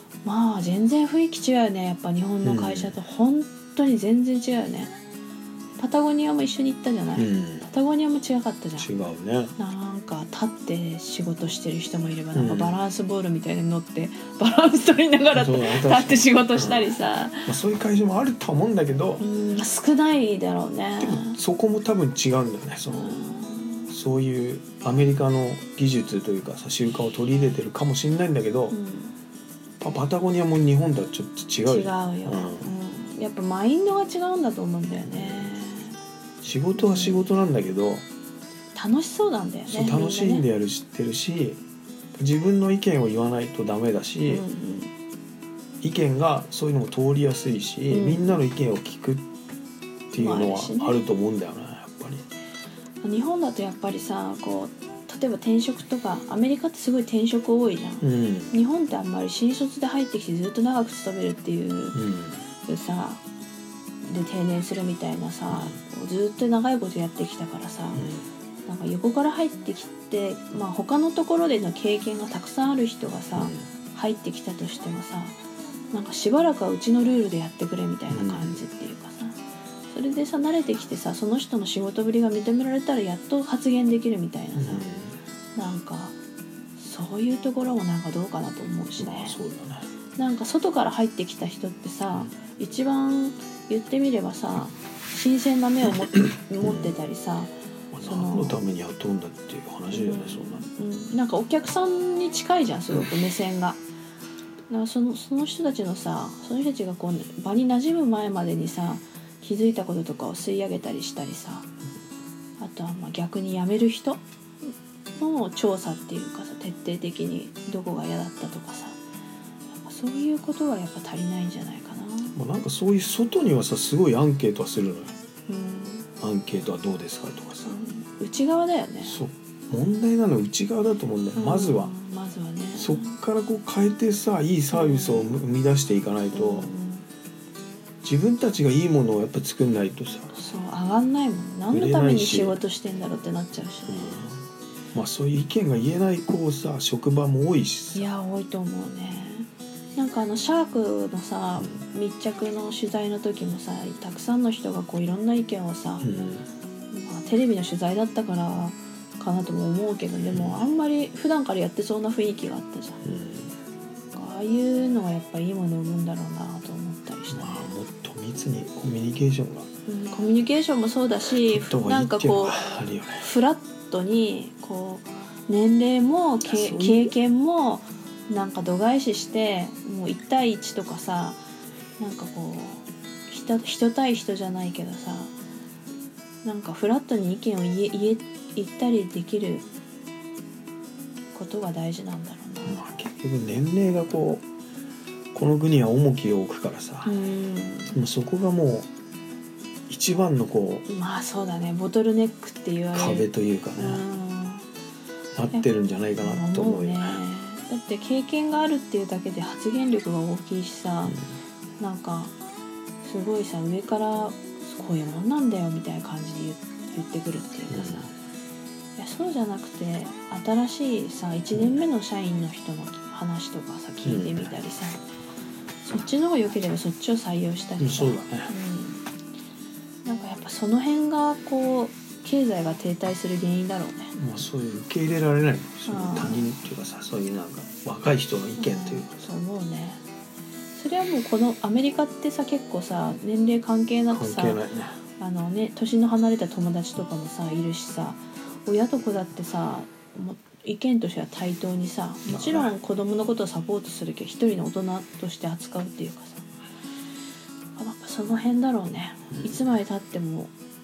まあ全然雰囲気違うよね。やっぱ日本の会社と本当に全然違うよね、うん、パタゴニアも一緒に行ったじゃない、うん、パタゴニアも違かったじゃん。 違うね。 なんか立って仕事してる人もいれば、なんかバランスボールみたいに乗ってバランス取りながら立って仕事したりさ、 うんまあ、そういう会社もあるとは思うんだけど、 うん、少ないだろうね。 でもそこも多分違うんだよね。その、うん、そういうアメリカの技術というかさ習慣を取り入れてるかもしれないんだけど、うんパタゴニアも日本とはちょっと違うよ。 違うよ、うんうん、やっぱマインドが違うんだと思うんだよね。 仕事は仕事なんだけど、うん、 楽しそうなんだよね。 そう楽しんでやる知ってるし、ね、自分の意見を言わないとダメだし、うんうん、意見がそういうのも通りやすいし、うん、みんなの意見を聞くっていうのはあると思うんだよね、やっぱり。日本だとやっぱりさこう例えば転職とかアメリカってすごい転職多いじゃん、うん、日本ってあんまり新卒で入ってきてずっと長く勤めるっていう、うん、さで定年するみたいなさ、うん、ずっと長いことやってきたからさ、うん、なんか横から入ってきて、まあ、他のところでの経験がたくさんある人がさ、うん、入ってきたとしてもさなんかしばらくはうちのルールでやってくれみたいな感じっていうかさ、それでさ慣れてきてさその人の仕事ぶりが認められたらやっと発言できるみたいなさ、うん、なんかそういうところもなんかどうかなと思うしね、 そうだね。 なんか外から入ってきた人ってさ、うん、一番言ってみればさ新鮮な目を持って持ってたりさ、 うん、その何のために雇うんだっていう話だよね、うん、そんな、 うん、なんかお客さんに近いじゃんすごく目線が。だからその、その人たちのさその人たちがこう場に馴染む前までにさ気づいたこととかを吸い上げたりしたりさ、あとはまあ逆に辞める人の調査っていうかさ徹底的にどこが嫌だったとかさそういうことはやっぱ足りないんじゃないかな。 まあ、なんかそういう外にはさすごいアンケートはするのよ、 うん、 アンケートはどうですかとかさ、 うん、内側だよね。 そう問題なのは内側だと思うんだよ、うん、まずはまずはねそっからこう変えてさいいサービスを生み出していかないと、うん、自分たちがいいものをやっぱ作んないとさそう上がんないもん。何のために仕事してんだろうってなっちゃうしね、 うん、まあそういう意見が言えないこうさ職場も多いしさ。 いや多いと思うね。なんかあのシャークのさ、うん、密着の取材の時もさたくさんの人がこういろんな意見をさ、うんまあ、テレビの取材だったからかなとも思うけどでもあんまり普段からやってそうな雰囲気があったじゃん、うん、ああいうのがやっぱいいものを生むんだろうなと思ったりしたね、 まあ、もっと密にコミュニケーションが、 うん、コミュニケーションもそうだしなんかこう、ね、フラットにこう年齢も経験もなんか度外視してもういち対いちとかさなんかこう 人, 人対人じゃないけどさなんかフラットに意見を言え言え言ったりできることが大事なんだろうな、 まあ、結局年齢がこうこの国は重きを置くからさ、うん、もうそこがもう一番のこうまあそうだねボトルネックって言われる壁というかね、うん、なってるんじゃないかなと思うよね。 だって経験があるっていうだけで発言力が大きいしさ、うん、なんかすごいさ上からこういうもんなんだよみたいな感じで 言, 言ってくるっていうかさ、うん、いやそうじゃなくて新しいさいちねんめの社員の人の話とかさ聞いてみたりさ、うん、そっちの方が良ければそっちを採用したりさ、 そうだね、 うん、なんかやっぱその辺がこう経済が停滞する原因だろうね。 まあ、そういう受け入れられないその他人っていうかさそういうなんか若い人の意見というかさ、 うん、そう思うね。それはもうこのアメリカってさ結構さ年齢関係なくさ関係ないね、 あのね年の離れた友達とかもさいるしさ親と子だってさも意見としては対等にさもちろん子供のことをサポートするけど一人の大人として扱うっていうかさなんかその辺だろうね、うん、いつまで経っても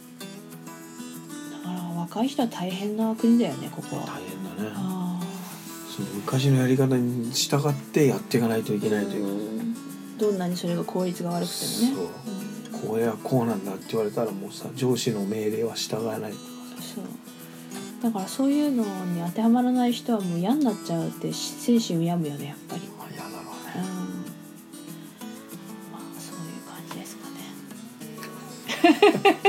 だから若い人は大変な国だよねここは。 大変だね。あその昔のやり方に従ってやっていかないといけないというか、うん、 どんなにそれが効率が悪くてもねそう、うん、こうやこうなんだって言われたらもうさ上司の命令は従わないとかそうだからそういうのに当てはまらない人はもう嫌になっちゃうって精神を病むよねやっぱり。 まあ嫌だろうね、 うん、まあそういう感じですかね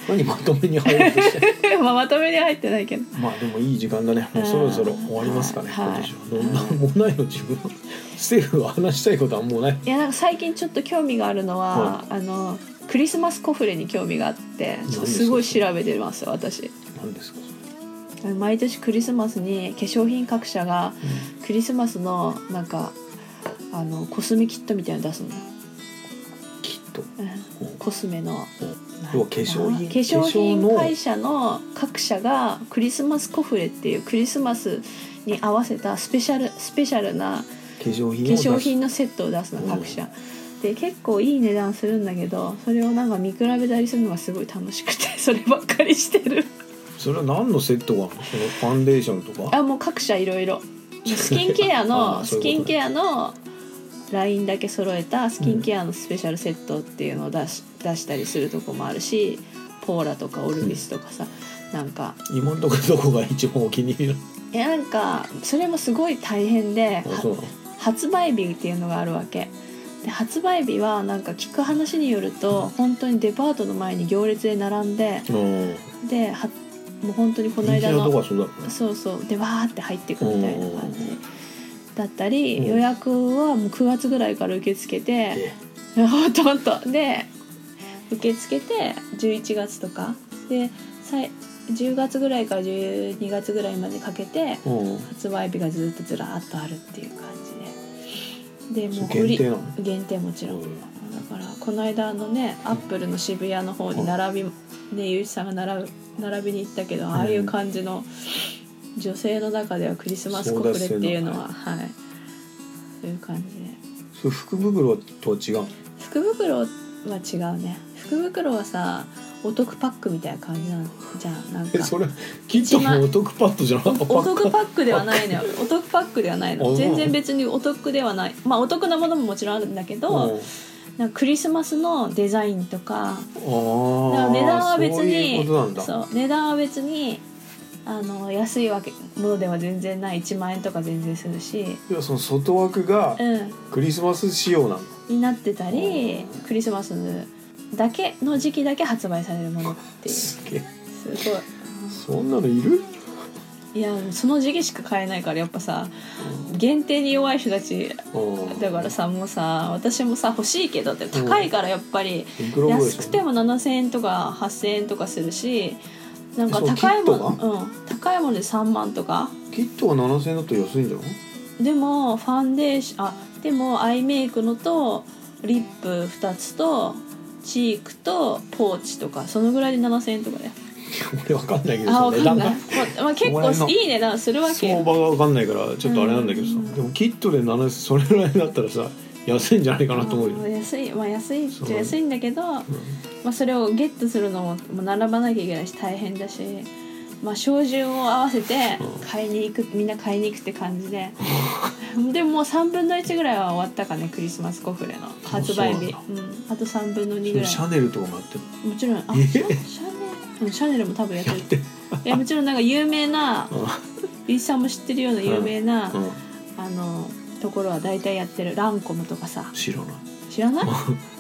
何まとめに入ろうとしてまあまとめに入ってないけど、 まあでもいい時間だね。もうそろそろ終わりますかね、 はい今年は。どんなもうないの自分ステフが話したいことはもうない。 いやなんか最近ちょっと興味があるのは、 はあのクリスマスコフレに興味があってちょっとすごい調べてますよ私。 何ですか毎年クリスマスに化粧品各社がうんクリスマスのなんかあのコスメキットみたいなの出すのよ、 きっとうん、コスメの要は化粧品化粧品会社の各社がクリスマスコフレっていうクリスマスに合わせたスペシャルスペシャルな化粧品化を出す粧品のセットを出すの各社で結構いい値段するんだけどそれをなんか見比べたりするのがすごい楽しくてそればっかりしてる。 それは何のセットがあるの？そのファンデーションとか？ あもう各社いろいろスキンケアあのーそういうことねスキンケアのラインだけ揃えたスキンケアのスペシャルセットっていうのを出し、出したりするとこもあるしポーラとかオルビスとかさ、うん、なんか今のところどこが一番お気に入りなの？ えなんかそれもすごい大変であそうなの発売日っていうのがあるわけで発売日はなんか聞く話によると本当にデパートの前に行列で並んでうんではもう本当にこの間の人気のとこはそうだったね。 そうそうでわーって入ってくみたいな感じだったり、 うん予約はもうくがつぐらいから受け付けてえほとんどで受け付けてじゅういちがつとかでさいじゅうがつぐらいからじゅうにがつぐらいまでかけてうん発売日がずっとずらーっとあるっていう感じででもうそれ限定なの？ 限定もちろん、 うんだからこの間のねアップルの渋谷の方に並びねゆういちさんが並ぶ並びに行ったけどああいう感じの女性の中ではクリスマスコフレっていうのははいそういう感じでそれ福袋とは違うの？ 福袋は違うね福袋はさお得パックみたいな感じなのじゃんなんかえそれキットもお得パッドじゃなかった？ お得パックではないのよお得パックではないの全然別にお得ではないまあお得なものももちろんあるんだけど、 うんなんかクリスマスのデザインとかあだから値段は別そういうにことなんだ。 そう値段は別にあの安いわけものでは全然ないいちまんえんとか全然するし、 いやその外枠がうん、 クリスマス仕様なの？ になってたりクリスマスだけの時期だけ発売されるものっていうすすげえごいそんなのいる？ いやその時期しか買えないからやっぱさ限定に弱い人たちうんだからさもうさ私もさ欲しいけどって高いからやっぱりいくらぐらい安くてもななせんえんとかはっせんえんとかするしなんかそう高いものキッうん高いものでさんまんとかキットがななせんえんだと安いんじゃない？ でもファンデーションあでもアイメイクのとリップふたつとチークとポーチとかそのぐらいでななせんえんとかだよ俺わかんないけどあその値段が分かんない、ままあ、結構いい値段するわけよ相場がわかんないからちょっとあれなんだけどさ、 うんでもキットでななせんそれぐらいだったらさ安いんじゃないかなと思うよ、 あー安いまあ安いっそうちゃ安いんだけど、まあ、それをゲットするのももう並ばなきゃいけないし大変だし、まあ、照準を合わせて買いに行くみんな買いに行くって感じででももうさんぶんのいちぐらいは終わったかねクリスマスコフレの発売日、 そううん、あとさんぶんのにぐらいシャネルとかもやってるもちろんあえシャシャネル、うん、シャネルも多分やってるいやもちろんなんか有名なゆういちさんも知ってるような有名な、 うんうんあのところは大体やってるランコムとかさ知らない知らないあ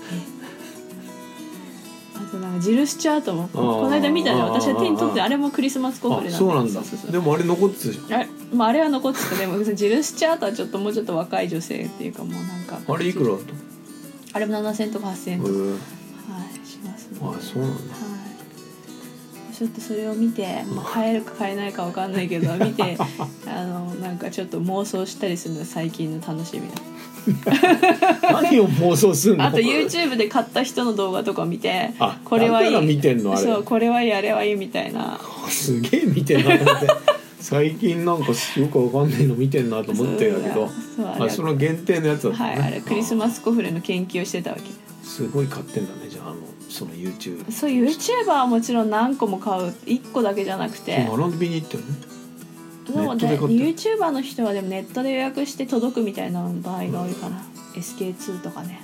となんかジルスチャートもこの間見たね私は手に取ってあれもクリスマスコフレなんだあそうなんだそうそうそうでもあれ残ってたじあれ、まあ、あれは残ってたでもジルスチャートはちょっともうちょっと若い女性っていうかもうなんかゃんあれいくらだっあれもななせんとかはっせんえんたへとか、はい、 えしますねあそうなんだはい、ちょっとそれを見て、まあ、買えるか買えないかわかんないけど見てあのなんかちょっと妄想したりするのが最近の楽しみだ何を妄想するのあと YouTube で買った人の動画とか見てあこれはいいだから見てんのあれそうこれはいいあれはいいみたいなすげえ見てんなと思って最近なんかよくわかんないの見てんなと思ってんだけどそうあれあその限定のやつだったね、 はいあれクリスマスコフレの研究をしてたわけすごい買ってんだねじゃああのその YouTube そう YouTuber はもちろん何個も買ういっこだけじゃなくて並びに行ったよねでもねネットで買った YouTuber の人はでもネットで予約して届くみたいな場合が多いかな、エスケーツー とかね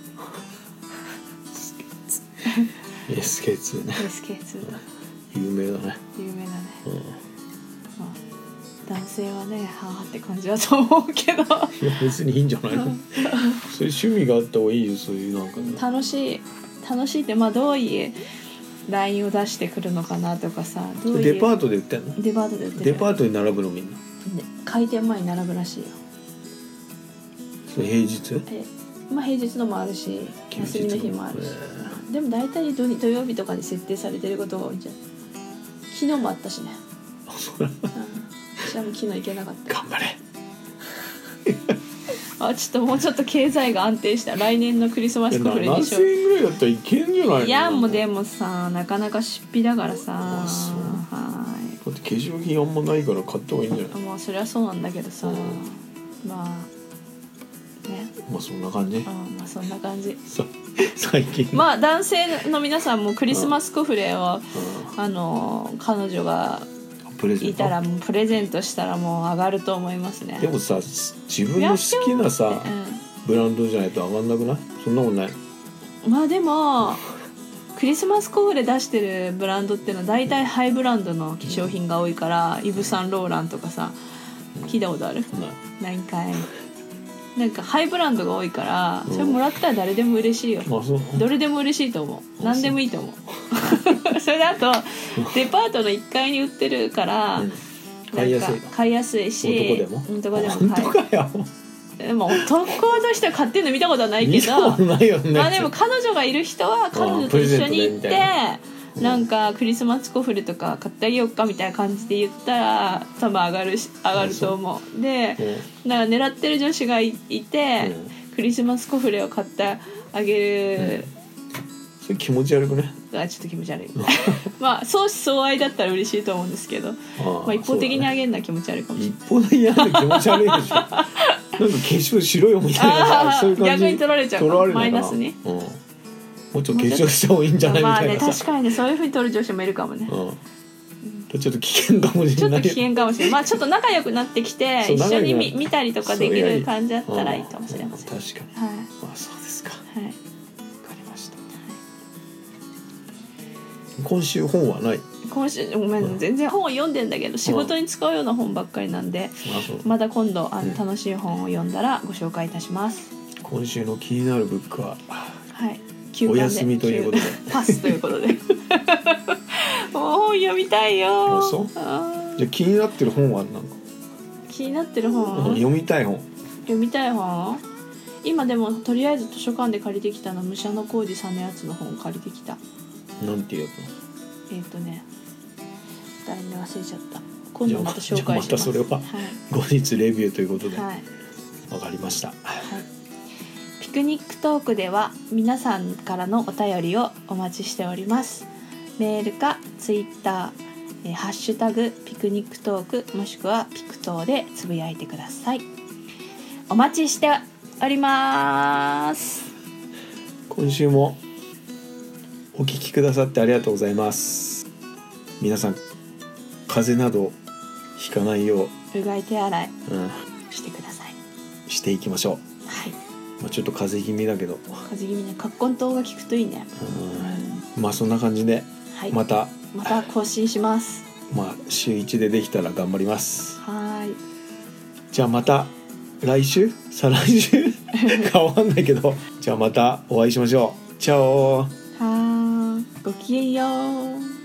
エスケーツー ねエスケーツー だ有名だね、 有名だね、 うん、いまあ、男性はねはあって感じだと思うけどや別にいいんじゃないのそういう趣味があった方がいいよそういうなんかね楽しい楽しいってまあどういうラインを出してくるのかなとかさ、どういうデパートで売ってんの？ デパートで売ってる。 デパートに並ぶのみんな。 開店前に並ぶらしいよ。 それ平日？ えまあ平日のもあるし休みの日もあるし、 えー、 でも大体 土, 土曜日とかに設定されてることが多いんじゃん。昨日もあったしね。 あ、そうなんだ。 私はもう昨日行けなかった。 頑張れ。 あ、ちょっともうちょっと経済が安定した来年のクリスマスコフレにしよう。 ななせんえんぐらいだったらいけんじゃないの？ いやもうでもさ、なかなか出費だからさ。 あ、そう。 はい。 だって化粧品あんまないから買った方がいいんじゃない？ まあそれはそうなんだけどさ、うん、まあね。 まあそんな感じ。 うん、まあそんな感じ。 最近。 まあ男性の皆さんもクリスマスコフレを、うん、あの彼女がいたらもうプレゼントしたらもう上がると思いますね。 でもさ、自分の好きなさ、うん、ブランドじゃないと上がんなくない？そんなことない？まあでもクリスマスコフレ出してるブランドっていうのは大体ハイブランドの化粧品が多いから、うん、イヴ・サンローランとかさ、聞いたことある？ないんかい。なんかハイブランドが多いから、それもらったら誰でも嬉しいよ。どれでも嬉しいと思う。何でもいいと思う。それだとデパートのいっかいに売ってるから、うん、 買いやすい。 買いやすいし、 男でも男でも本当かよ。 でも男としては買ってるの見たことはないけど、 ないよね。 まあでも彼女がいる人は彼女と一緒に行って、なんかクリスマスコフレとか買ってあげようかみたいな感じで言ったら多分上がるし上がると思う。で、うん、なんか狙ってる女子が い, いて、うん、クリスマスコフレを買ってあげる、うん、 それ気持ち悪くね。 あ、ちょっと気持ち悪い。まあ相思相愛だったら嬉しいと思うんですけど、あ、まあ、一方的にあげるのは気持ち悪いかもしれない。 一方的にあげるの気持ち悪いでしょ。なんか化粧白いよみたいな、そういう感じ。 逆に取られちゃうかマイナスに。 うん、もうちょっと化粧した方がいいんじゃないみたいな。 まあね、確かにね、そういう風に取る女子もいるかもね。 うん、ちょっと危険かもしれない。 ちょっと危険かもしれない。まあちょっと仲良くなってきて一緒に 見, 見たりとかできる感じだったらいいかもしれません。 確かに。はい。まあそうですか。はい。わかりました。はい、今週本はない？ 今週ごめん、うん、全然本を読んでんだけど仕事に使うような本ばっかりなんで、うん、また今度あの楽しい本を読んだらご紹介いたします。 今週の気になるブックは、 はい、 お休みということでパスということでもう本読みたいよ。 あ、そう？あ、じゃあ気になってる本は何か？ 気になってる本、 うん、読みたい本読みたい本今でもとりあえず図書館で借りてきたの武者小路さんのやつの本を借りてきた。 なんていうやつ？ えっとね題名忘れちゃった。今度また紹介します。 じゃあまたそれは後日レビューということで、はい、わかりました。はい、 ピクニックトークでは皆さんからのお便りをお待ちしております。メールかツイッター、えー、ハッシュタグピクニックトークもしくはピクトーでつぶやいてください。お待ちしております。 今週もお聞きくださってありがとうございます。皆さん風邪などひかないよううがい手洗い、うん、してください。 していきましょう。 はい。 まあ、ちょっと風邪気味だけど風邪気味ね。葛根湯が効くといいね。 うん、まあそんな感じで、はい、またまた更新します。 まあ週いちでできたら頑張ります。 はい。 じゃあまた来週再来週かわかんないけどじゃあまたお会いしましょう。チャオ。 はー、ごきげんよう。